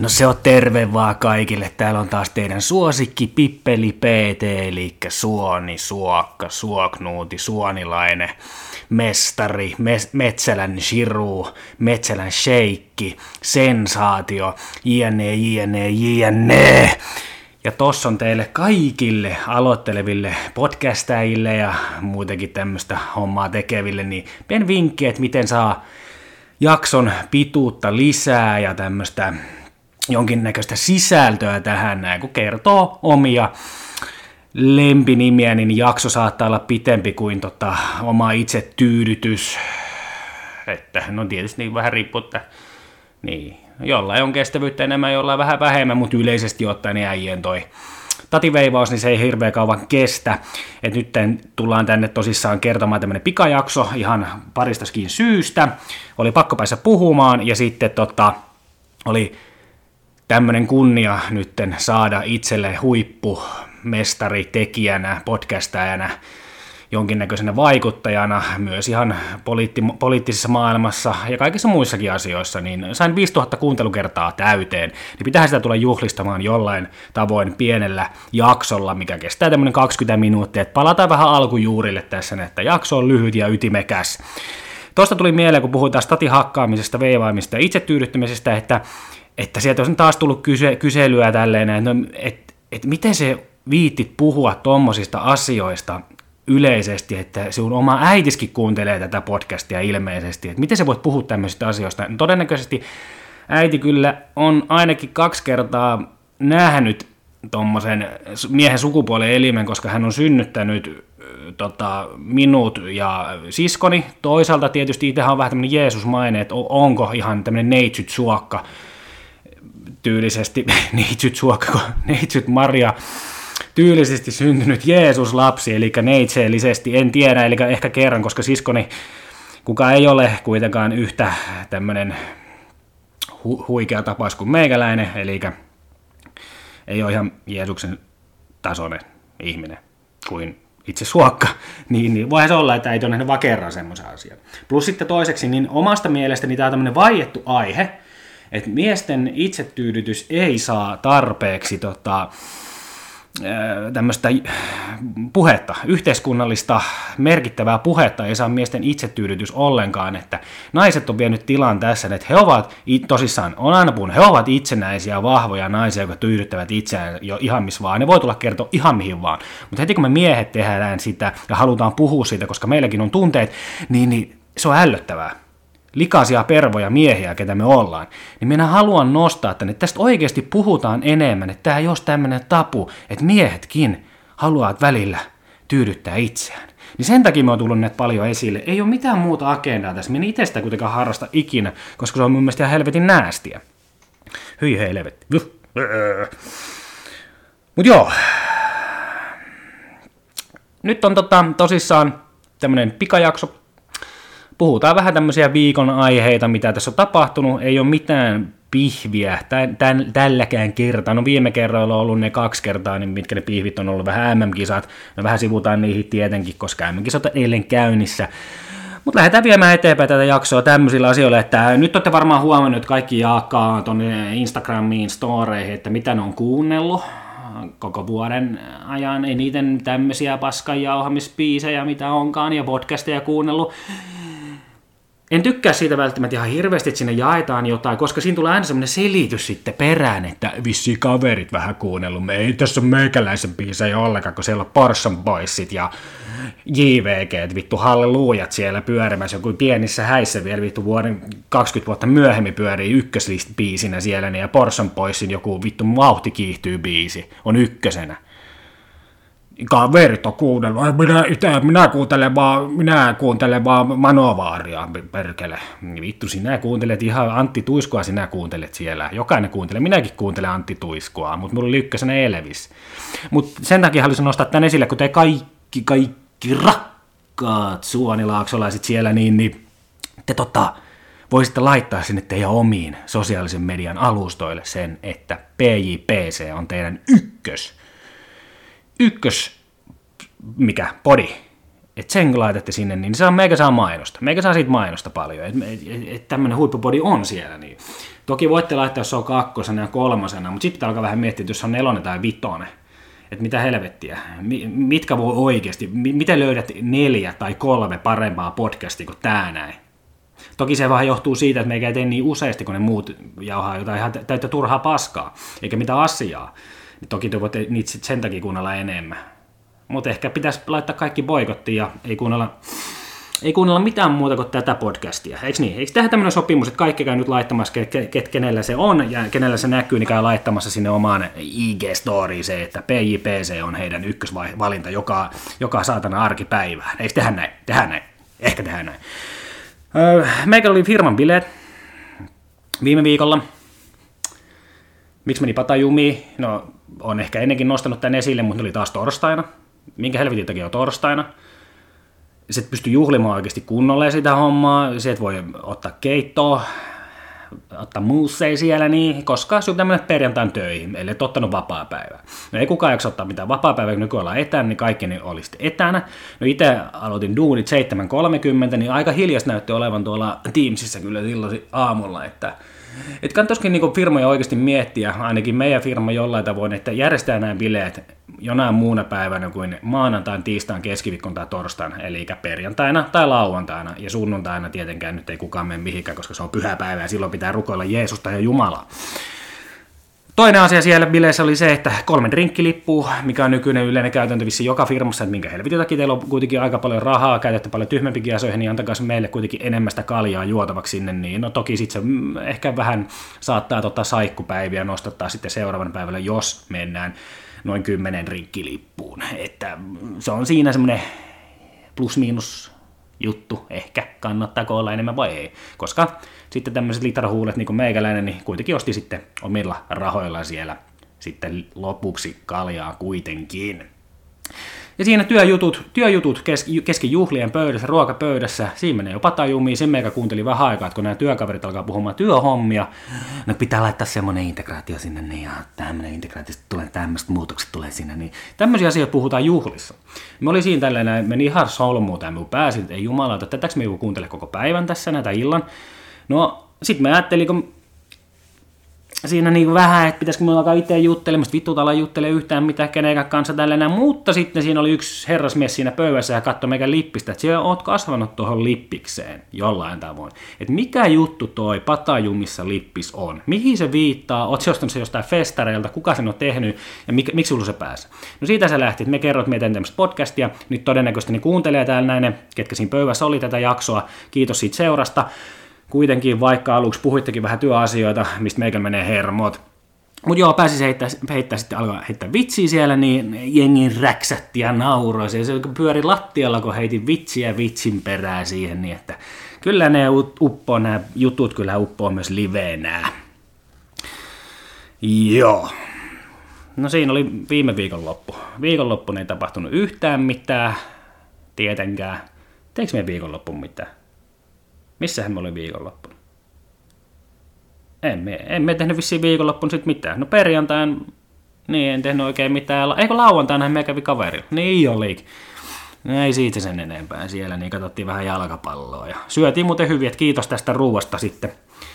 No se on terve vaan kaikille. Täällä on taas teidän suosikki Pippeli PT, eli Suoni, Suokka, Suoknuuti, Suonilainen, Mestari, Metsälän Shiru, Metsälän Sheikki, Sensaatio, jne. Ja tossa on teille kaikille aloitteleville podcastajille ja muutenkin tämmöistä hommaa tekeville, niin pieni vinkki, että miten saa jakson pituutta lisää ja tämmöistä jonkinnäköistä sisältöä tähän näin, kun kertoo omia lempinimiä, niin jakso saattaa olla pitempi kuin oma itsetyydytys. Että no tietysti niin vähän riippuu, että niin, jollain on kestävyyttä enemmän, jollain vähän vähemmän, mutta yleisesti ottaen äijien toi tativeivaus, niin se ei hirveän kauan kestä. Et nyt tullaan tänne tosissaan kertomaan tämmönen pikajakso ihan paristakin syystä. Oli pakko päästä puhumaan ja sitten oli tämmönen kunnia nytten saada itselle huippumestaritekijänä, podcastajana, jonkinnäköisenä vaikuttajana, myös ihan poliittisessa maailmassa ja kaikissa muissakin asioissa, niin sain 5000 kuuntelukertaa täyteen, niin pitää sitä tulla juhlistamaan jollain tavoin pienellä jaksolla, mikä kestää tämmöinen 20 minuuttia, että palataan vähän alkujuurille tässä, että jakso on lyhyt ja ytimekäs. Tuosta tuli mieleen, kun puhutaan statihakkaamisesta, veivaamista ja itsetyydyttämisestä, että sieltä on taas tullut kyselyä tälleen, että miten se viittit puhua tommosista asioista yleisesti, että sinun oma äitiskin kuuntelee tätä podcastia ilmeisesti, että miten sä voit puhua tämmöisistä asioista. No, todennäköisesti äiti kyllä on ainakin 2 kertaa nähnyt tommosen miehen sukupuolen elimen, koska hän on synnyttänyt minut ja siskoni. Toisaalta tietysti itsehän on vähän tämmöinen Jeesusmainen, että onko ihan tämmöinen neitsyt suokka tyylisesti, neitsyt Maria, tyylisesti syntynyt Jeesus-lapsi, eli neitseellisesti, en tiedä, eli ehkä kerran, koska siskoni, kuka ei ole kuitenkaan yhtä tämmöinen huikea tapaus kuin meikäläinen, eli ei ole ihan Jeesuksen tasoinen ihminen kuin itse suokka, niin voihan se olla, että ei ole nähnyt vaan kerran semmoisen asian. Plus sitten toiseksi, niin omasta mielestäni tämä on tämmöinen vaiettu aihe, että miesten itsetyydytys ei saa tarpeeksi tämmöistä puhetta, yhteiskunnallista merkittävää puhetta ei saa miesten itsetyydytys ollenkaan, että naiset on vienyt tilan tässä, että he ovat, tosissaan on aina puhunut, he ovat itsenäisiä, vahvoja naisia, jotka tyydyttävät itseään jo ihan missä vaan, ne voi tulla kertoa ihan mihin vaan, mutta heti kun me miehet tehdään sitä ja halutaan puhua siitä, koska meilläkin on tunteet, niin se on ällöttävää. Likaisia pervoja miehiä, ketä me ollaan, niin minä haluan nostaa tänne, että tästä oikeasti puhutaan enemmän, että tämä ei ole tämmöinen tabu, että miehetkin haluavat välillä tyydyttää itseään. Niin sen takia me on tullut näitä paljon esille. Ei ole mitään muuta agendaa tässä, minä itse sitä kuitenkaan harrasta ikinä, koska se on mun mielestä ihan helvetin näästiä. Hyi helvetti. Mut joo. Nyt on tosissaan tämmöinen pikajakso. Puhutaan vähän tämmöisiä viikon aiheita, mitä tässä on tapahtunut. Ei ole mitään pihviä tälläkään kertaa. No viime kerralla on ollut ne 2 kertaa, niin mitkä ne pihvit on ollut vähän MM-kisat. No vähän sivutaan niihin tietenkin, koska MM-kisat on eilen käynnissä. Mutta lähdetään viemään eteenpäin tätä jaksoa tämmöisillä asioilla, että nyt olette varmaan huomannut, että kaikki jakaa tuonne Instagramiin, storeihin, että mitä ne on kuunnellut koko vuoden ajan. Eniten tämmöisiä paskanjauhamispiisejä, mitä onkaan, ja podcasteja kuunnellut. En tykkää siitä välttämättä ihan hirveästi, että sinne jaetaan jotain, koska siinä tulee aina semmoinen selitys sitten perään, että vissiin kaverit vähän kuunnellut. Ei tässä ole meikäläisen biisejä ollenkaan, kun siellä on Porson Boysit ja JVG, vittu halleluujat siellä pyörimässä, joku pienissä häissä vielä vittu vuoden 20 vuotta myöhemmin pyörii ykkösbiisinä siellä, ja Porson Boysin joku vittu vauhti kiihtyy biisi on ykkösenä. Kaverit on kuunnellut, minä kuuntelen vaan Manovaaria, perkele. Vittu, sinä kuuntelet ihan Antti Tuiskua, sinä kuuntelet siellä. Jokainen kuuntelee, minäkin kuuntelen Antti Tuiskua, mutta mulla oli ykkösenä Elvis. Mutta sen takia haluaisin nostaa tän esille, kun te kaikki rakkaat suonilaaaksolaiset siellä, niin te voisitte laittaa sinne teidän omiin sosiaalisen median alustoille sen, että PJPC on teidän podi, että sen kun laitatte sinne, niin meikä saa mainosta. Meikä saa siitä mainosta paljon, että tämmöinen huippupodi on siellä, niin Toki voitte laittaa, jos se on 2. ja 3, mutta sitten pitää alkaa vähän miettiä, että jos se on 4 tai 5. Että mitä helvettiä, mitkä voi oikeasti, miten löydät 4 tai 3 parempaa podcastia kuin tää näin. Toki se vähän johtuu siitä, että meikä ei tee niin useasti, kun ne muut jauhaa jotain ihan täyttä turhaa paskaa, eikä mitään asiaa. Toki te voitte niitä sen takia kuunnella enemmän. Mutta ehkä pitäisi laittaa kaikki boikottiin ja ei kuunnella mitään muuta kuin tätä podcastia. Eikö niin? Eikö tehdä tämmöinen sopimus, että kaikki käy nyt laittamassa, kenellä se on ja kenellä se näkyy, niin käy laittamassa sinne omaan IG-storiin se, että PJPC on heidän ykkösvalinta joka saatana arkipäivään. Eikö tehdä näin? Tehdään näin. Ehkä tehdään näin. Meikä oli firman bileet viime viikolla. Miksi meni patajumiin? No, on ehkä ennenkin nostanut tämän esille, mutta ne oli taas torstaina. Minkä helvetin takia on torstaina? Se pystyy juhlimaan oikeasti kunnolla sitä hommaa. Se, että voi ottaa keittoa, ottaa muusseja siellä, niin koska sinun pitää mennä perjantain töihin, ellei et ottanut vapaapäivää. No ei kukaan jaksa ottaa mitään vapaapäivää, kun nykyään ollaan etänä, niin kaikki ne oli sitten etänä. No itse aloitin duunit 7.30, niin aika hiljaista näytti olevan tuolla Teamsissa kyllä silloin aamulla, että kannattaisikin niin firmoja oikeasti miettiä, ainakin meidän firma jollain tavoin, että järjestää nämä bileet jonain muuna päivänä kuin maanantain, tiistain, keskiviikkon tai torstaina, eli perjantaina tai lauantaina, ja sunnuntaina tietenkään nyt ei kukaan mene mihinkään, koska se on pyhäpäivä ja silloin pitää rukoilla Jeesusta ja Jumalaa. Toinen asia siellä bileissä oli se, että 3 drinkkilippua, mikä on nykyinen yleinen käytäntö vissi joka firmassa, että minkä helvetin takia teillä on kuitenkin aika paljon rahaa, käytätte paljon tyhmempikin asioihin, niin antakaa meille kuitenkin enemmän sitä kaljaa juotavaksi sinne, niin no toki sitten se ehkä vähän saattaa saikkupäiviä nostattaa sitten seuraavan päivällä, jos mennään noin 10 drinkkilippuun, että se on siinä semmoinen plus-miinus juttu, ehkä kannattaako olla enemmän vai ei, koska sitten tämmöiset litrahuulet niin kuin meikäläinen, niin kuitenkin osti sitten omilla rahoilla siellä sitten lopuksi kaljaa kuitenkin. Ja siinä työjutut kesken juhlien pöydässä, ruokapöydässä, siinä menee jo patajumiin, sen meikä kuunteli vähän aikaa, että kun nämä työkaverit alkaa puhumaan työhommia, no pitää laittaa semmoinen integraatio sinne, niin ja tämmöinen integraatio tulee, tämmöiset muutokset tulee sinne, niin tämmöisiä asioita puhutaan juhlissa. Me oli siinä tällainen, meni ihan solmuun tämä minun pääsin, että ei jumalauta, että tätäks me joku kuuntele koko päivän tässä näitä illan. No, sit mä ajattelin, kun siinä niin vähän, että pitäisikö me alkaa itse juttelemaan, vittuuta ala juttelemaan yhtään mitään kenenkään kanssa tällainen, mutta sitten siinä oli yksi herrasmies siinä pöydässä ja katsoi meikän lippistä, että siellä oot kasvanut tuohon lippikseen jollain tavoin. Että mikä juttu toi patajumissa lippis on? Mihin se viittaa? Oot se ostanut se jostain festareilta? Kuka sen on tehnyt? Ja miksi sulla se pääsi? No siitä se lähti, että me kerroit meidän tämmöistä podcastia. Nyt todennäköisesti ne kuuntelee täällä näin, ketkä siinä pöydässä oli tätä jaksoa. Kiitos siitä seurasta. Kuitenkin, vaikka aluksi puhuittekin vähän työasioita, mistä meikän menee hermot. Mutta joo, pääsi heittää sitten alkaa heittää vitsiä siellä, niin jengi räksätti ja nauroi. Se pyöri lattialla, kun heitin vitsiä vitsin perään siihen, niin että kyllä ne uppoo, nämä jutut kyllä uppoo myös liveenä. Joo. No siinä oli viime viikonloppu. Viikonloppuna ei tapahtunut yhtään mitään, tietenkään. Teekö me viikonloppuun mitään? Missähän me oli viikonloppuna? Emme tehnyt vissiin viikonloppuna sit mitään. No perjantain, niin en tehnyt oikein mitään. Eikö lauantaina me kävi kaverilla? Niin olikin. No ei siitä sen enempää siellä, niin katsottiin vähän jalkapalloa. Ja syötiin muuten hyvin, että kiitos tästä ruuasta sitten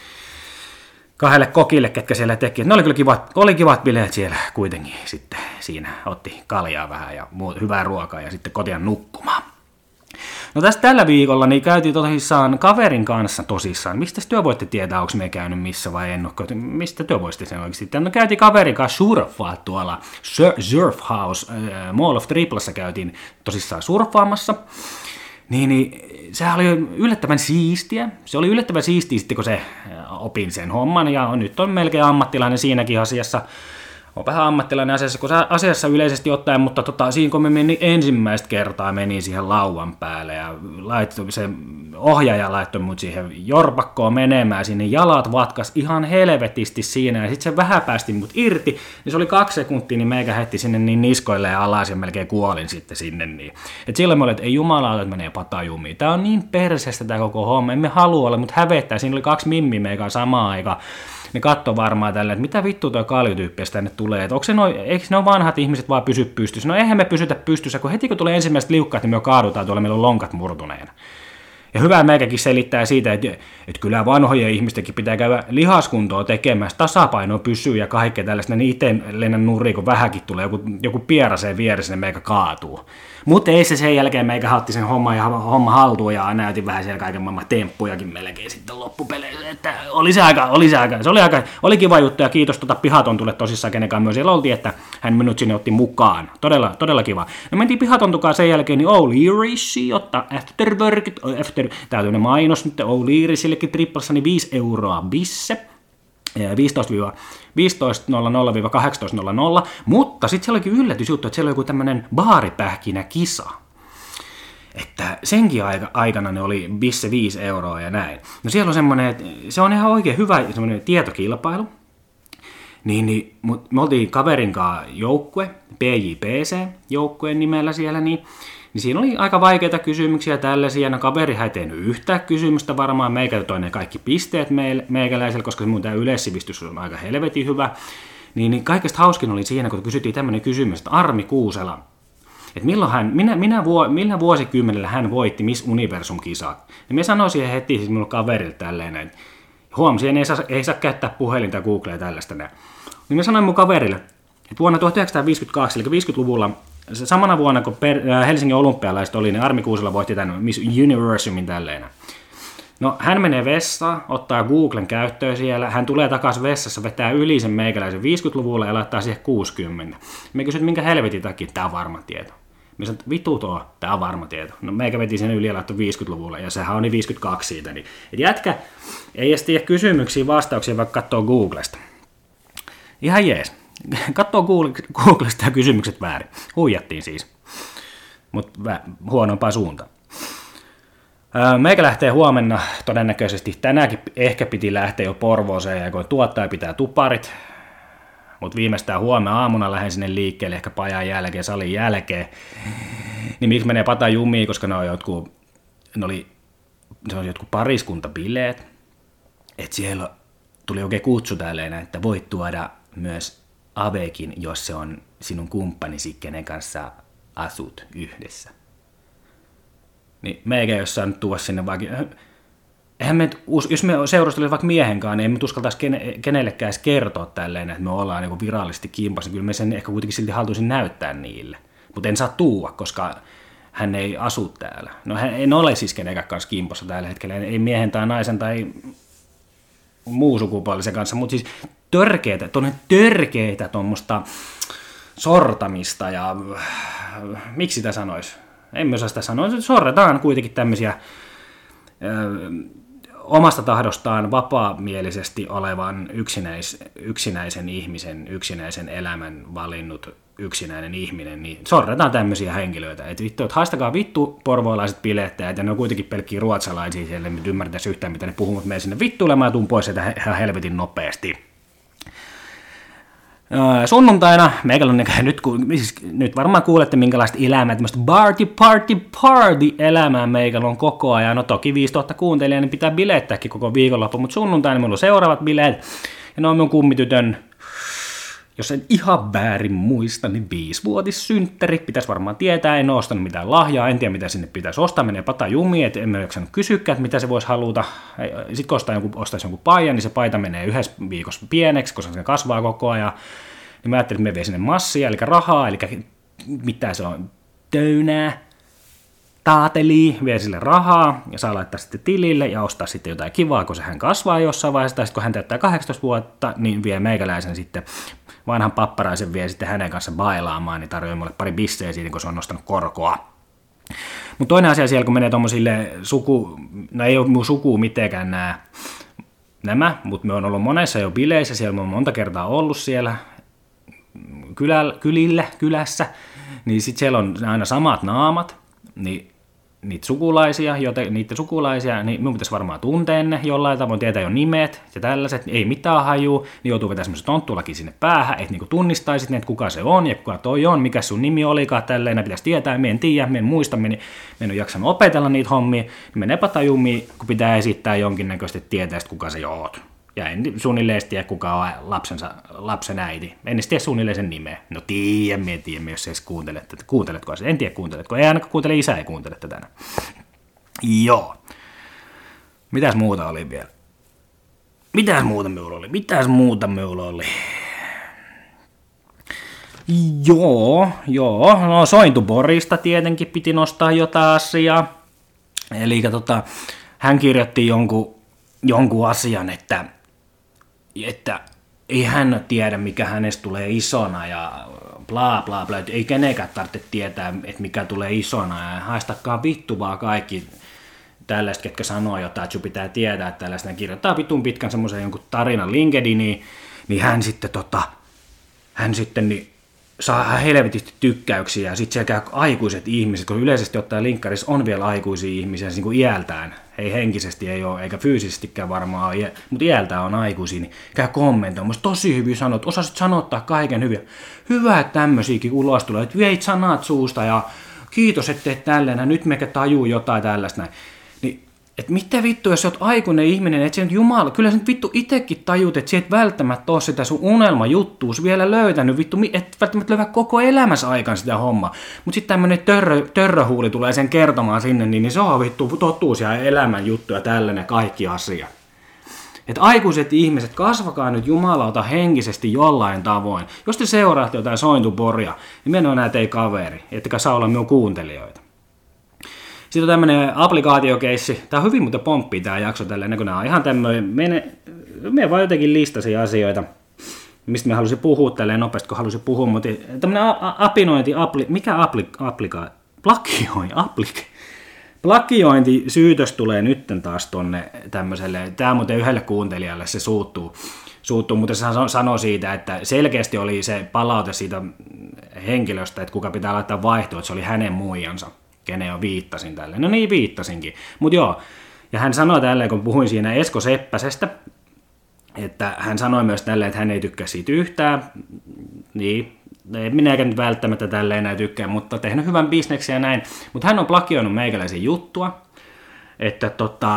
2 kokille, ketkä siellä teki. Ne oli kivat bileet siellä kuitenkin sitten. Siinä otti kaljaa vähän ja hyvää ruokaa ja sitten kotiin nukkumaan. No tässä tällä viikolla niin käytiin tosissaan kaverin kanssa tosissaan. Mistä työ voitte tietää, onko me käynyt missä vai en ole? Mistä työ voisitte sen oikeasti? No käytiin kaverin kanssa surffaa tuolla Surf House Mall of Triplassa käytiin tosissaan surffaamassa. Niin sehän oli yllättävän siistiä. Se oli yllättävän siistiä sitten, kun se opin sen homman ja nyt on melkein ammattilainen siinäkin asiassa. On vähän ammattilainen asiassa yleisesti ottaen, mutta siinä kun me meni ensimmäistä kertaa meni siihen lauan päälle ja se ohjaaja laittoi mut siihen jorpakkoon menemään, sinne jalat vatkas ihan helvetisti siinä ja sitten se vähän päästi mut irti, niin se oli 2 sekuntia, niin meikä heitti sinne niin niskoille ja alas ja melkein kuolin sitten sinne. Niin. Et silloin me olin, että ei jumalauta, että menee patajumiin. Tää on niin perseestä tää koko homma, emme halua olla, mutta hävettää. Siinä oli 2 mimmiä meikaan samaan aikaan. Ne katsoi varmaan tällä, että mitä vittua tuo kaljutyyppiä tänne tulee, että eikö ne vanhat ihmiset vaan pysy pystyssä? No eihän me pysytä pystyssä, kun heti kun tulee ensimmäiset liukkaat, niin me jo kaadutaan tuolla, meillä on lonkat murtuneena. Ja hyvä meikäkin selittää siitä, että kyllä vanhojen ihmistenkin pitää käydä lihaskuntoa tekemässä, tasapaino pysyy ja kaikkea tällaista, niin itse lennän nurin, kun vähänkin tulee joku pieraseen vieressä, niin meikä kaatuu. Mutta ei se sen jälkeen meikä hatti sen homma haltuun ja näytin vähän siellä kaiken maailman temppujakin melkein sitten loppupeleissä, että oli se aika, oli kiva juttu ja kiitos Pihatontulle tosissaan, kenenkaan myös siellä oltiin, että hän minut sinne otti mukaan. Todella kiva. No mentiin Pihatontukaan sen jälkeen, niin O'Leary'si ottaa afterworkit, täytyy ne mainos nyt O'Learysillekin trippassa, niin 5 euroa bisse. 15.00-18.00, mutta sitten siellä olikin yllätysjuttu, että siellä oli joku tämmöinen baaripähkinä kisa. Että senkin aikana ne oli bisse 5 euroa ja näin. No siellä on semmoinen, että se on ihan oikein hyvä semmoinen tietokilpailu. Niin, me oltiin kaverin kanssa joukkue, PJPC joukkueen nimellä siellä, niin siinä oli aika vaikeita kysymyksiä tällaisia. No kaverihan ei tehnyt yhtään kysymystä varmaan, meikä toi ne kaikki pisteet meikäläisellä, koska mun tämä yleissivistys on aika helvetin hyvä. Niin kaikesta hauskin oli siinä, kun kysyttiin tämmöinen kysymys, että Armi Kuusela, että millä vuosikymmenellä hän voitti Miss Universum-kisat. Ja me sanoin siihen heti siis minulle kaverille tälleen, että huomasin, ei saa käyttää puhelinta ja Googlea tällaista. Niin me sanoin mun kaverille, että vuonna 1952, eli 50-luvulla, samana vuonna, kun Helsingin olympialaiset oli, niin Armi Kuusela voitti tämän Miss Universumin tälleen. No, hän menee vessaan, ottaa Googlen käyttöön siellä, hän tulee takaisin vessassa, vetää yli sen meikäläisen 50-luvulla ja laittaa siihen 60. Me kysyt, minkä helvetin takia, tämä on varma tieto. Me sanoin, että vitu tämä on varma tieto. No meikä veti sen yli ja laittoi 50-luvulla, ja sehän on niin 52 siitä. Niin. Et jätkä ei edes tiedä kysymyksiä, vastauksia, vaikka katsoo Googlesta. Ihan jees. Katsoo Googlesta ja kysymykset väärin. Huijattiin siis, mutta huonompaa suuntaan. Meikä lähtee huomenna, todennäköisesti tänäänkin ehkä piti lähteä jo Porvooseen, ja kun tuottaja pitää tuparit, mutta viimeistään huomenna aamuna lähden sinne liikkeelle, ehkä pajan jälkeen, salin jälkeen, niin miksi menee pata jumiin, koska ne on jotkut pariskuntabileet, että siellä tuli oikein kutsu tälleen, että voit tuoda myös avekin, jos se on sinun kumppanisi, kenen kanssa asut yhdessä. Niin meikä jos saa nyt tuoda sinne vaikka, jos me seurustelisimme vaikka miehen kanssa, niin emme uskaltaisi kenellekään edes kertoa tälleen, että me ollaan niin virallisesti kimpassa, niin kyllä me sen ehkä kuitenkin silti haluaisin näyttää niille. Mutta en saa tuua, koska hän ei asu täällä. No en ole siis kenenkään kanssa kimpassa tällä hetkellä, ei miehen tai naisen tai muu sukupuolisen kanssa, mutta siis törkeitä tuommoista sortamista ja miksi sitä sanoisi? Emme osaa sitä sanoa, sorretaan kuitenkin tämmöisiä omasta tahdostaan vapaamielisesti olevan yksinäisen ihmisen, yksinäisen elämän valinnut yksinäinen ihminen, niin sorretaan tämmöisiä henkilöitä. Että vittu, että haistakaa vittu porvoilaiset bilettäjät, ja ne on kuitenkin pelkkiä ruotsalaisia, siellä ei ymmärtäisi yhtään, mitä ne puhuu, mutta mene sinne vittuilemaan ja tuun pois sieltä ihan helvetin nopeasti. Sunnuntaina, nyt varmaan kuulette minkälaista elämää, tämmöistä party-elämää meikällä on koko ajan. No toki 5000 kuuntelijaa, niin pitää bilettääkin koko viikonloppu, mutta sunnuntaina meillä on seuraavat bileet. Ja ne on minun kummitytön, jos en ihan väärin muista, niin 5-vuotissynttäri. Pitäisi varmaan tietää, en ole ostanut mitään lahjaa, en tiedä mitä sinne pitäisi ostaa, menee pata jumiin, että emme ole jaksanut kysyäkään, että mitä se voisi haluta. Sitten kun ostaisi jonkun paijan, niin se paita menee yhdessä viikossa pieneksi, koska se kasvaa koko ajan. Niin mä ajattelin, että me vei sinne massia, eli rahaa, eli mitä se on, töynää, taateli, vie sille rahaa ja saa laittaa sitten tilille ja ostaa sitten jotain kivaa, kun hän kasvaa jossain vaiheessa, tai sitten kun hän täyttää 18 vuotta, niin vie meikäläisen sitten, vanhan papparaisen vie sitten hänen kanssa bailaamaan, niin tarjoaa mulle pari bisseä siitä, kun se on nostanut korkoa. Mutta toinen asia siellä, kun menee tuommoisille no ei ole mun sukua mitenkään nämä, mutta me on ollut monessa jo bileissä, siellä me on monta kertaa ollut siellä kylässä, niin sitten siellä on aina samat naamat, niin niiden sukulaisia, niin minun pitäisi varmaan tuntea ne jollain tavoin, tietää jo nimet ja tällaiset, ei mitään hajuu, niin joutuu vetämään semmoisen tonttulakin sinne päähän, että niin tunnistaisit ne, että kuka se on ja kuka toi on, mikä sun nimi olikaan, tälleen, ne pitäisi tietää, me en tiedä, me en muista, me en ole jaksanut opetella niitä hommia, niin menee patajumiin, kun pitää esittää jonkinnäköisesti tietää, kuka se jo oot. Ja en suunnilleen tiedä, kuka on lapsen äiti. En edes tiedä suunnilleen sen nimeä. No tiedän, jos edes kuuntelet tätä. Kuunteletko se? En tiedä, kuunteletko. Ei ainakaan kuuntele, isä ei kuuntele tätä. Joo. Mitäs muuta oli vielä? Mitäs muuta minulla oli? Joo, no Sointuborista tietenkin piti nostaa jotain asiaa. Eli hän kirjoitti jonkun asian, että ei hän tiedä, mikä hänestä tulee isona ja bla bla bla, ei kenenkään tarvitse tietää, että mikä tulee isona ja haistakaa vittu vaan kaikki tällaiset, ketkä sanoo jotain, että sun pitää tietää, että tällaista ne kirjoittaa vitun pitkän semmoisen jonkun tarinan LinkedIniin, niin hän sitten niin saa helvetisti tykkäyksiä ja sitten siellä käy aikuiset ihmiset, kun yleisesti ottaen linkkarissa on vielä aikuisia ihmisiä niin kuin iältään, ei henkisesti ei ole, eikä fyysisestikään varmaan ole, mutta iältään on aikuisia, niin käy kommentoimaan, tosi hyvin sanot, osasit sanottaa kaiken hyvin, hyvä, että tämmöisiäkin ulos tulee, että veit sanat suusta ja kiitos, että teet tälleen, nyt mekä tajuu jotain tällaista näin. Että mitä vittu, jos sä oot aikuinen ihminen, et sä nyt jumala, kyllä sä nyt vittu itekin tajut, että sä et välttämättä ole sitä sun unelmajuttuus vielä löytänyt, vittu, et välttämättä löyvä koko elämässä aikaan sitä hommaa. Mut sit tämmönen törröhuuli tulee sen kertomaan sinne, niin se on vittu totuus ja elämän juttu ja tällainen kaikki asia. Että aikuiset ihmiset, kasvakaa nyt jumalauta henkisesti jollain tavoin. Jos te seuraatte jotain Sointuboria, niin minä en ole näitä ei kaveri, ettekä saa olla minun kuuntelijoita. Sitten on tämmöinen applikaatiokeissi. Tämä on hyvin muuten pomppii tämä jakso tälleen, kun nämä on ihan tämmöinen, me vaan jotenkin listasin asioita, mistä me halusin puhua tälleen nopeasti, kun halusin puhua, mutta tämmöinen plagiointisyytös tulee nytten taas tonne tämmöiselle, tämä muuten yhdelle kuuntelijalle se suuttuu, mutta se sanoo siitä, että selkeästi oli se palaute siitä henkilöstä, että kuka pitää laittaa vaihtoa, että se oli hänen muijansa. Kenen jo viittasin tälleen. No niin, viittasinkin. Mutta joo, ja hän sanoi tälleen, kun puhuin siinä Esko Seppäsestä, että hän sanoi myös tälleen, että hän ei tykkää siitä yhtään. Niin, minäkään nyt välttämättä tälleen enää tykkää, mutta tehnyt hyvän bisneksen ja näin. Mutta hän on plagioinut meikäläisen juttua, että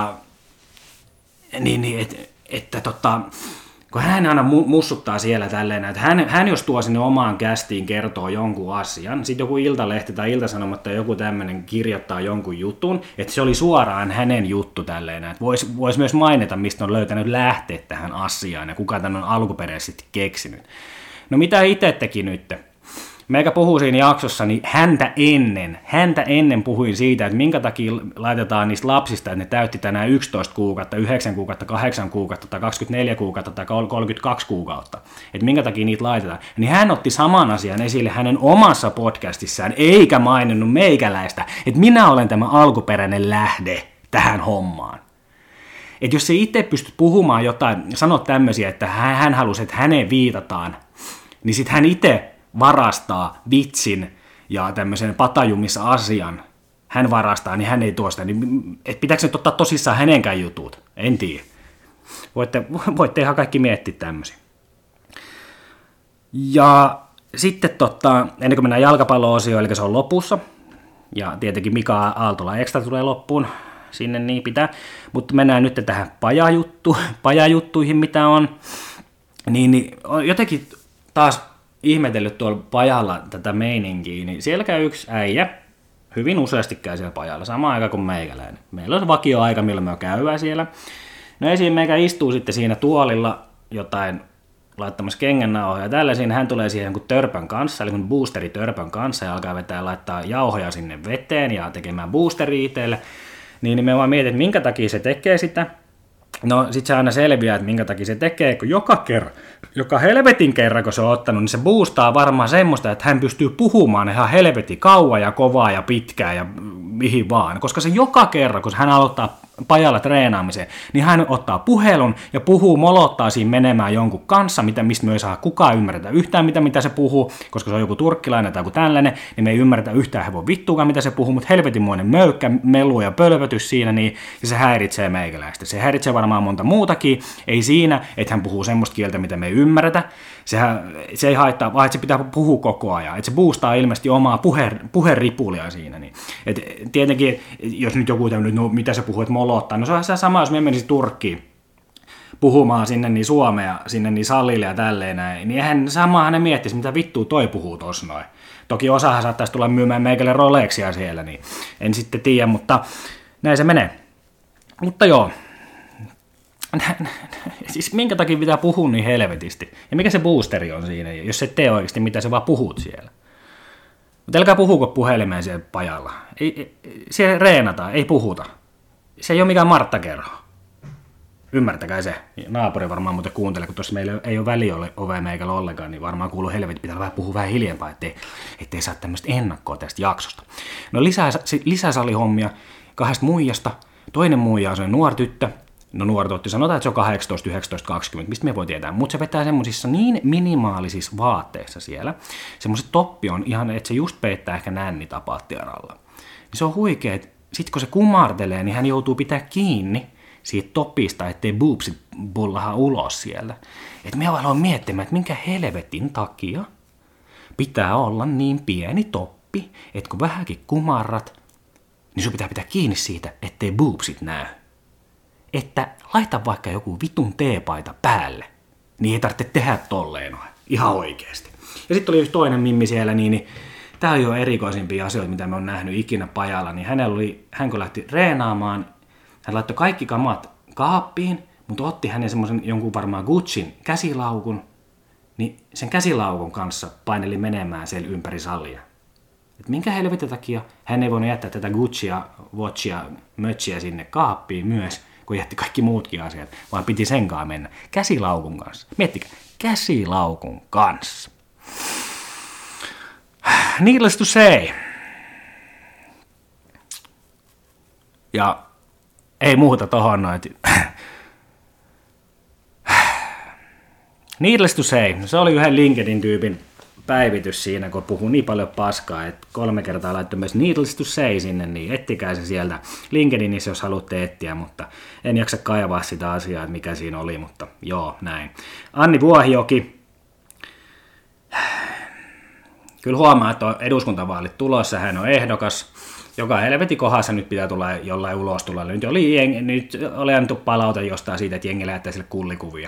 kun hän aina mussuttaa siellä tälleen, että hän jos tuo sinne omaan kästiin kertoo jonkun asian, sitten joku Iltalehti tai Ilta-Sanomat tai joku tämmöinen kirjoittaa jonkun jutun, että se oli suoraan hänen juttu tälleen, että vois myös mainita, mistä on löytänyt lähteet tähän asiaan ja kuka tämän on alkuperäisesti keksinyt. No mitä itse teki nyt? Meikä puhuu siinä jaksossa, niin häntä ennen puhuin siitä, että minkä takia laitetaan niistä lapsista, että ne täytti tänään 11 kuukautta, 9 kuukautta, 8 kuukautta tai 24 kuukautta tai 32 kuukautta. Että minkä takia niitä laitetaan. Niin hän otti saman asian esille hänen omassa podcastissaan, eikä maininnut meikäläistä, että minä olen tämä alkuperäinen lähde tähän hommaan. Että jos se itse pystyt puhumaan jotain, sanot tämmöisiä, että hän halusi, että häneen viitataan, niin sitten hän itse varastaa vitsin ja tämmöisen patajumissa asian, hän varastaa, niin hän ei tuo sitä. Niin, et pitääkö nyt ottaa tosissaan hänenkään jutut? En tiedä. Voitte ihan kaikki miettiä tämmöisiä. Ja sitten ennen kuin mennään jalkapallo-osioon, eli se on lopussa, ja tietenkin Mika Aaltola Extra tulee loppuun, sinne niin pitää, mutta mennään nyt tähän pajajuttuihin, mitä on, niin jotenkin taas ihmetellyt tuolla pajalla tätä meininkiä, niin siellä käy yksi äijä, hyvin useasti käy siellä pajalla, sama aika kuin meikäläinen. Meillä on se vakioaika, milloin me käydään siellä. No esiin meikä istuu sitten siinä tuolilla jotain laittamassa kengännauhoja ja tällaisiin, hän tulee siihen jonkun törpön kanssa, eli kun boosteritörpön kanssa ja alkaa laittaa jauhoja sinne veteen ja tekemään boosteri itselle, niin me vaan mietin, että minkä takia se tekee sitä. No sit se aina selviää, että minkä takia se tekee, kun joka helvetin kerran, kun se on ottanut, niin se boostaa varmaan semmoista, että hän pystyy puhumaan ihan helvetin kauan ja kovaa ja pitkään ja mihin vaan. Koska se joka kerran, kun hän aloittaa pajalla treenaamiseen, niin hän ottaa puhelun ja puhuu, molottaa siinä menemään jonkun kanssa, mistä me ei saa kukaan ymmärretä yhtään, mitä se puhuu, koska se on joku turkkilainen tai joku tällainen, niin me ei ymmärretä yhtään hevon vittuakaan, mitä se puhuu, mutta helvetinmoinen möykkä, melu ja pölvötys siinä, niin ja se häiritsee meikäläistä. Se häiritsee varmaan monta muutakin, ei siinä, että hän puhuu semmoista kieltä, mitä me ei ymmärretä, se ei haittaa, vaan että se pitää puhua koko ajan, että se boostaa ilmeisesti omaa puheripulia siinä. Niin. Et tietenkin, jos nyt joku tämmöinen, no mitä se puhuu, että molottaa, no se on sama, jos me menisin Turkkiin puhumaan sinne niin suomea, sinne niin salille ja tälleen näin, niin eihän samaa ne miettisi, mitä vittua toi puhuu tossa noin. Toki osahan saattaisi tulla myymään meikälle Rolexia siellä, niin en sitten tiedä, mutta näin se menee. Mutta joo, Siis minkä takia pitää puhua niin helvetisti? Ja mikä se boosteri on siinä, jos et tee oikeasti mitä sä vaan puhut siellä? Mutta älkää puhuko puhelimeen siellä pajalla. Siellä reenataan, ei puhuta. Se ei ole mikään Martta-kerho. Ymmärtäkää se. Naapuri varmaan muuten kuuntelee, kun tuossa meillä ei ole väliovea meikällä ollenkaan, niin varmaan kuuluu helvetti, pitää vähän puhua vähän hiljempaa, ettei saa tämmöistä ennakkoa tästä jaksosta. No lisäsalihommia 2 muijasta. Toinen muija on se nuori tyttö. No nuori tyttö, sanotaan, että se on 18, 19, 20, mistä me voi tietää. Mutta se vetää semmoisissa niin minimaalisissa vaatteissa siellä. Semmoiset toppi on ihan, että se just peittää ehkä nännitä pattiaralla. Niin se on huikea, että sit kun se kumartelee, niin hän joutuu pitää kiinni siitä topista, ettei boobsit bullaha ulos sieltä. Että me aloin miettimään, että minkä helvetin takia pitää olla niin pieni toppi, että kun vähänkin kumarrat, niin sun pitää pitää kiinni siitä, ettei boobsit näy. Että laita vaikka joku vitun teepaita päälle, niin ei tarvitse tehdä tolleen ihan oikeasti. Ja sitten oli yksi toinen mimmi siellä, niin tämä on jo erikoisimpia asioita, mitä me on nähnyt ikinä pajalla, niin hän kun lähti reenaamaan, hän laittoi kaikki kamat kaappiin, mutta otti hänen semmoisen jonkun varmaan Gucciin käsilaukun, niin sen käsilaukun kanssa paineli menemään siellä ympäri salia. Et minkä helvetin takia hän ei voinut jättää tätä Guccia, Watchia, Mötsiä sinne kaappiin myös, kun jätti kaikki muutkin asiat, vaan piti senkaan mennä käsilaukun kanssa. Miettikää, käsilaukun kanssa. Needless to say. Ja ei muuta tohon noin. Needless to say. Se oli yhden LinkedIn-tyypin päivitys siinä, kun puhuu niin paljon paskaa, että 3 kertaa laittoi myös Needless to say sinne, niin ettikää se sieltä LinkedInissä, jos haluatte etsiä, mutta en jaksa kaivaa sitä asiaa, että mikä siinä oli, mutta joo, näin. Anni Vuohijoki. Kyllä huomaa, että on eduskuntavaalit tulossa, hän on ehdokas. Joka helvetin kohdassa nyt pitää tulla jollain ulostulolla. Nyt oli annettu palaute jostain siitä, että jengi lähettää sille kullikuvia.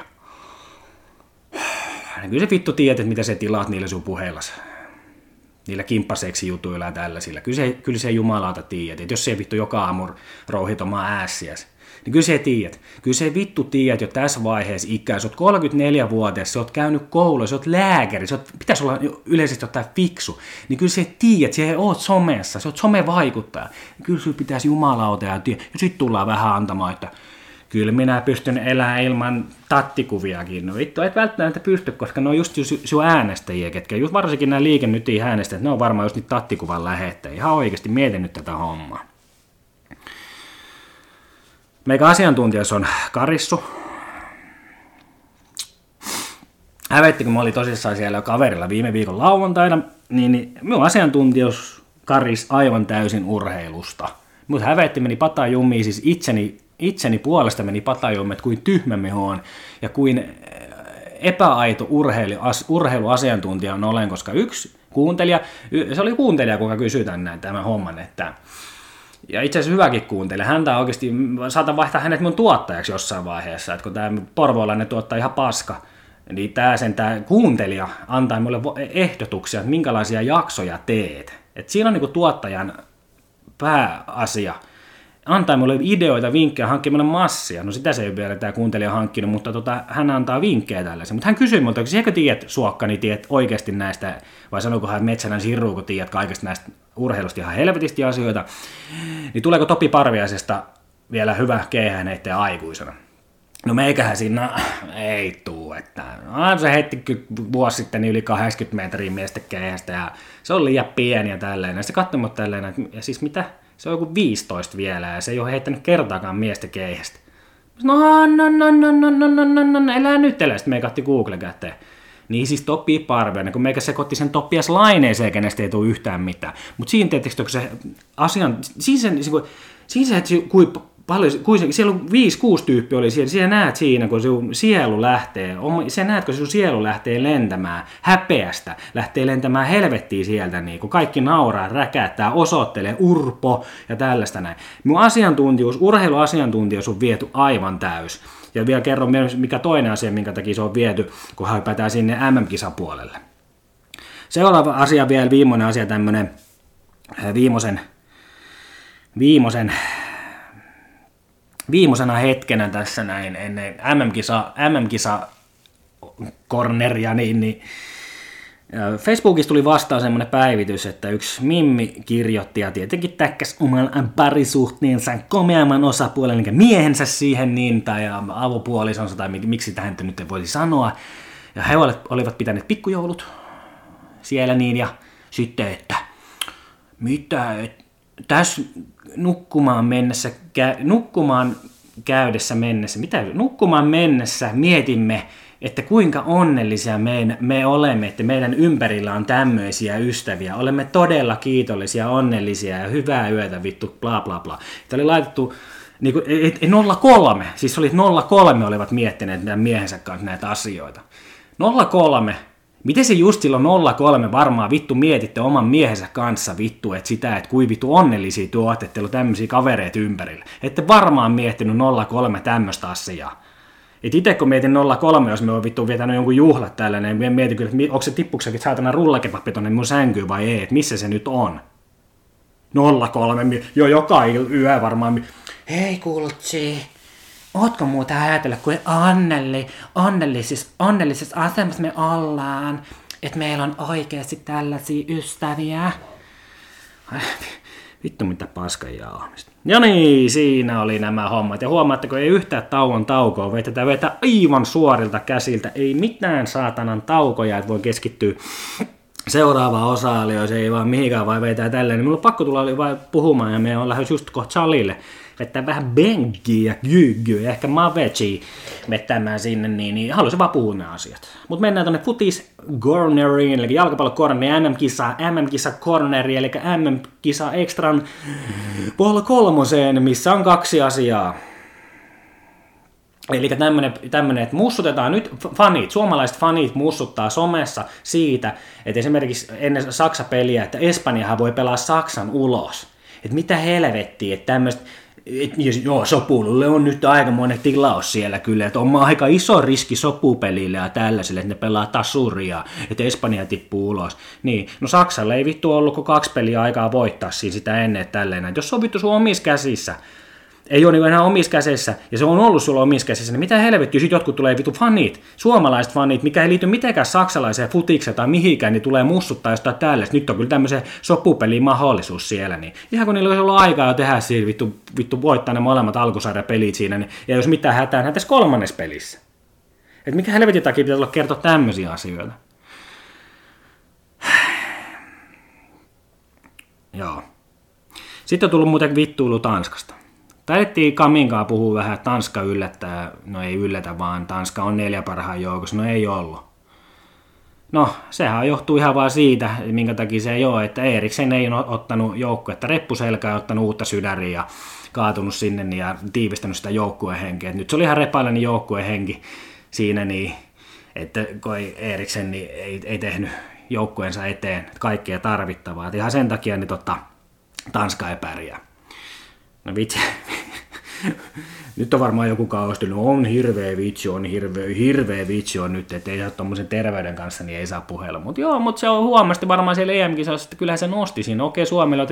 Kyllä se vittu tiedät, mitä se tilaat niillä sun puheillas. Niillä kimppaseksi jutuilla ja tällaisilla. Kyllä se jumalauta tiedät, että jos se vittu joka aamu rouhit omaa äässiäsi, niin kyllä se tiedät. Kyllä se vittu tiedät jo tässä vaiheessa ikää. Sä oot 34-vuotias, sä oot käynyt kouluun, sä oot lääkäri, pitäisi olla yleisesti jotain fiksu. Niin kyllä se tiedät, sä oot somessa, sä oot somevaikuttaja. Kyllä sulla pitäisi jumalauta ja sit tullaan vähän antamaan, että kyllä minä pystyn elämään ilman tattikuviakin. No vittu, et välttämättä pysty, koska ne on just sun äänestäjiä, ketkä just varsinkin nämä Liike-Nytin äänestäjät, ne on varmaan just niitä tattikuvan lähettäjiä. Ihan oikeasti mietin nyt tätä hommaa. Meikä asiantuntijas on karissu. Hävetti, kun mä olin tosissaan siellä kaverilla viime viikon lauantaina, niin minun asiantuntijuus karis aivan täysin urheilusta. Mut hävetti, meni patajummiin, siis itseni puolesta meni patajummiin, että kuin tyhmä me on ja kuin epäaito urheiluasiantuntija on olen, koska yksi kuuntelija, se oli kuuntelija, kuka kysyi tämän homman, että ja itse asiassa hyväkin kuuntelija. Häntä oikeasti, saatan vaihtaa hänet mun tuottajaksi jossain vaiheessa, että kun tämä porvoolainen tuottaa ihan paska, niin tämä kuuntelija antaa mulle ehdotuksia, että minkälaisia jaksoja teet. Et siinä on niinku tuottajan pääasia. Antaa mulle ideoita, vinkkejä, hankkii mulle massia. No sitä se ei vielä tämä kuuntelija hankkinut, mutta hän antaa vinkkejä tällaisia. Mutta hän kysyi multa, että sielläkö tiedät suokkani, tiedät oikeasti näistä, vai sanoiko hän metsänän sirruu, kun tiedät kaikesta näistä urheilusta ihan helvetisti asioita, niin tuleeko Topi Parviaisesta vielä hyvä keihäänheittäjä aikuisena? No meikähän siinä ei tuu, että se heitti vuosi sitten yli 80 metriä miesten keihästä ja se on liian pieni ja tälleen. Ja se katsoi mut tälleen, että siis mitä? Se on joku 15 vielä ja se ei ole heittänyt kertaakaan miesten keihästä. No, elää nyt elää. Sitten me katsi Google käteen. Niin siis Topi Parviainen, kun meikä sekoitti sen Topias Laineeseen, kenestä ei tule yhtään mitään. Mutta siinä tietysti, kun se asian, siellä on 5-6 tyyppiä oli siellä, siellä näet siinä, kun sun sielu lähtee, kun sun sielu lähtee lentämään häpeästä, lähtee lentämään helvettiin sieltä, niin kun kaikki nauraa, räkättää, osoittelee, urpo ja tällaista näin. Mun urheiluasiantuntijuus on viety aivan täys. Ja vielä kerron myös, mikä toinen asia, minkä takia se on viety, kun hypätään sinne MM-kisapuolelle. Seuraava asia vielä, viimeinen asia, tämmönen viimeisen viimeisenä hetkenä tässä näin ennen MM-kisa corneria, niin Facebookissa tuli vastaan semmoinen päivitys, että yksi Mimmi kirjoitti ja tietenkin täkkäs oman parisuhteensa komeamman osapuolen, eli miehensä siihen niin, tai avopuolisonsa, tai miksi tähän nyt voisi sanoa. Ja he olivat pitäneet pikkujoulut siellä niin, ja sitten, että mitä, tässä nukkumaan mennessä mietimme, että kuinka onnellisia me olemme, että meidän ympärillä on tämmöisiä ystäviä. Olemme todella kiitollisia, onnellisia ja hyvää yötä vittu, bla bla bla. Tämä oli laitettu niin kuin, 03, siis oli 03 olivat miettineet meidän miehensä kanssa näitä asioita. 03, miten se just silloin 03 varmaan vittu mietitte oman miehensä kanssa vittu, että sitä, että kui vittu onnellisia tuo, että teillä on tämmöisiä kavereita ympärillä. Ette varmaan miettinyt 03 tämmöistä asiaa. Et itse kun mietin 03, jos me on vittu vietänyt jonkun juhlat tällainen, niin mietin kyllä, että onko se tippuksekin saatana rullakepappi tonne mun sänkyyn vai ei, että missä se nyt on. 03, jo joka yö varmaan. Hei kultsi, ootko muuta ajatella, kuin onnellisessa asemassa me ollaan, että meillä on oikeasti tällaisia ystäviä. Vittu mitä paskan jauhamista. Ja niin, siinä oli nämä hommat. Ja huomaatteko, ei yhtään tauon taukoa, vetää aivan suorilta käsiltä. Ei mitään saatanan taukoja, että voi keskittyä seuraavaan osaan, jos ei vaan mihinkään vai vetää tälleen. Mulla on pakko tulla oli vaan puhumaan ja me on lähes just kohta salille. Vetää vähän bengiä ja jyygyä ja ehkä mavechia vetämään sinne, niin haluaisin vaan puhua nämä asiat. Mutta mennään tonne futis corneriin, eli jalkapallokorneri, MM-kisa corneri, eli MM-kisa extran puolella kolmoseen, missä on 2 asiaa. Eli tämmönen, että mussutetaan nyt suomalaiset fanit mussuttaa somessa siitä, että esimerkiksi ennen Saksa-peliä, että Espanjahan voi pelaa Saksan ulos. Että mitä helvettiä, että tämmöistä, joo, Sopululle on nyt aikamoinen tilaus siellä kyllä, että on aika iso riski Sopupelille ja tällaisille, että ne pelaa tasuria, että Espanja tippuu ulos. Niin, no Saksalle ei vittu ollut kuin 2 peliä aikaa voittaa siinä sitä ennen, että tälleen, että jos se on vittu sun omissa käsissä, ei ole niin enää omissa käsissä, ja se on ollut sulla omissa käsissä, niin mitä helvettiä, sit jotkut tulee vitu fanit, suomalaiset fanit, mikä ei liity mitenkään saksalaiseen futikseen tai mihinkään, niin tulee mussuttaa jostain tällaista. Nyt on kyllä tämmöisen sopupeliin mahdollisuus siellä, niin ihan kun niillä olisi ollut aikaa jo tehdä siinä, vittu voittaa ne molemmat alkusarjapelit siinä, niin, ja jos mitään hätää tässä 3. pelissä. Että mikä helvetin takia pitää olla kertoa tämmöisiä asioita. Joo. Sitten on tullut muuten vittuilu Tanskasta. Taidettiin Kaminkaan puhua vähän, että Tanska yllättää, no ei yllätä, vaan Tanska on 4 parhaan joukossa, no ei ollut. No, sehän johtuu ihan vaan siitä, minkä takia se ei ole, että Eriksen ei ole ottanut joukkuetta reppuselkää ja ottanut uutta sydäriä ja kaatunut sinne ja tiivistänyt sitä joukkuehenkeä. Nyt se oli ihan repaillinen joukkuehenki siinä, niin, että kun Eriksen niin ei tehnyt joukkueensa eteen kaikkea tarvittavaa. Et ihan sen takia niin Tanska ei pärjää. No vitsi. Nyt on varmaan joku kausti, no on hirveä vitsi on nyt, että ei saa tommosen terveyden kanssa, niin ei saa puhella. Mutta joo, mutta se on huomasti varmaan siellä EM-kisassa, että kyllähän se nosti siinä. Okei,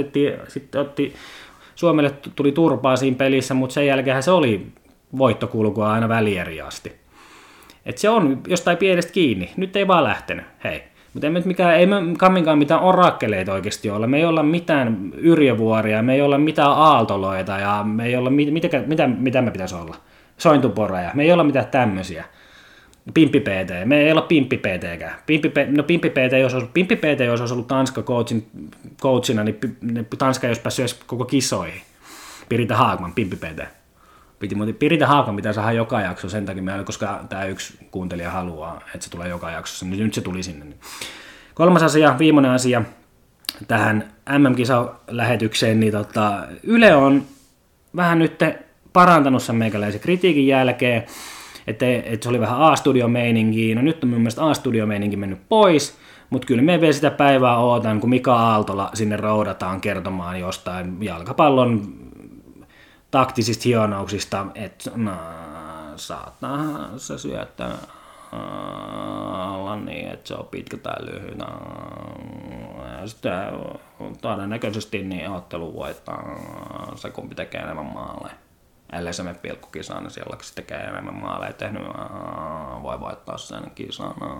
Suomelle tuli turpaa siinä pelissä, mutta sen jälkeen se oli voittokulkua aina välieriin asti. Että se on jostain pienestä kiinni, nyt ei vaan lähtenyt, hei. Mutta ei me Kaminkaan mitään orakkeleita oikeasti olla. Me ei olla mitään Yrjövuoria, me ei olla mitään aaltoloita ja me ei olla mitä me pitäisi olla. Sointuporeja, me ei olla mitään tämmöisiä. Pimppi PT, me ei olla Pimppi PTkään. Pimppi PT, jos olisi ollut Tanska coachina, niin Tanska ei olisi päässyt edes koko kisoihin. Pirita Haagman, Pimppi PT. Pirita Haagman pitää saada joka jakso sen takia, koska tämä yksi kuuntelija haluaa, että se tulee joka jaksossa. Nyt se tuli sinne. 3. asia, viimeinen asia tähän MM-kisalähetykseen, niin Yle on vähän nyt parantanut sen meikäläisen kritiikin jälkeen, että se oli vähän A-studio-meininkiä. No nyt on mun mielestä A-studio-meininki mennyt pois, mutta kyllä me vielä sitä päivää ootan, kun Mika Aaltola sinne roudataan kertomaan jostain jalkapallon taktisista hienouksista, että saattaa se syöttää alla niin, että se on pitkä tai lyhyt. Sitten todennäköisesti niin ottelu voittaa se, kumpi tekee enemmän maaleja. LSM-pilkkukisana, siellä sitten enemmän maaleja tehnyt, voi voittaa sen kisana.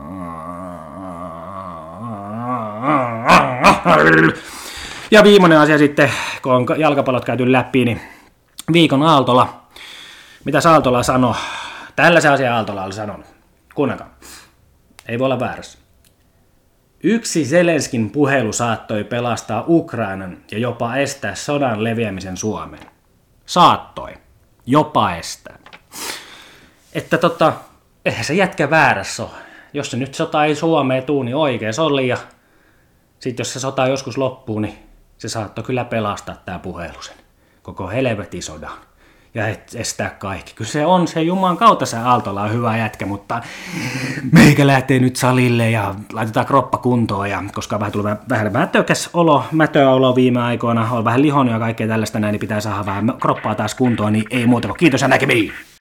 Ja viimeinen asia sitten, kun on jalkapallot käyty läpi, niin viikon Aaltola. Mitä Aaltola sanoi? Tällaisen asian Aaltola oli sanonut. Kuunnelkaa. Ei voi olla väärässä. Yksi Zelenskin puhelu saattoi pelastaa Ukrainan ja jopa estää sodan leviämisen Suomeen. Saattoi. Jopa estää. Että eihän se jätkä väärässä ole. Jos se nyt sota ei Suomeen tuu, niin oikein se oli. Ja sitten jos se sota joskus loppuu, niin se saattoi kyllä pelastaa tää puhelu sen. Koko helvetin sodan. Ja estää kaikki. Kyllä se on se Jumalan kautta se Aaltola on hyvä jätkä, mutta meikä lähtee nyt salille ja laitetaan kroppa kuntoon. Ja koska vähän tulee vähän mätöä olo viime aikoina, on vähän lihonnut ja kaikkea tällaista näin, niin pitää saada vähän kroppaa taas kuntoon, niin ei muuta kuin kiitos ja näkemiin!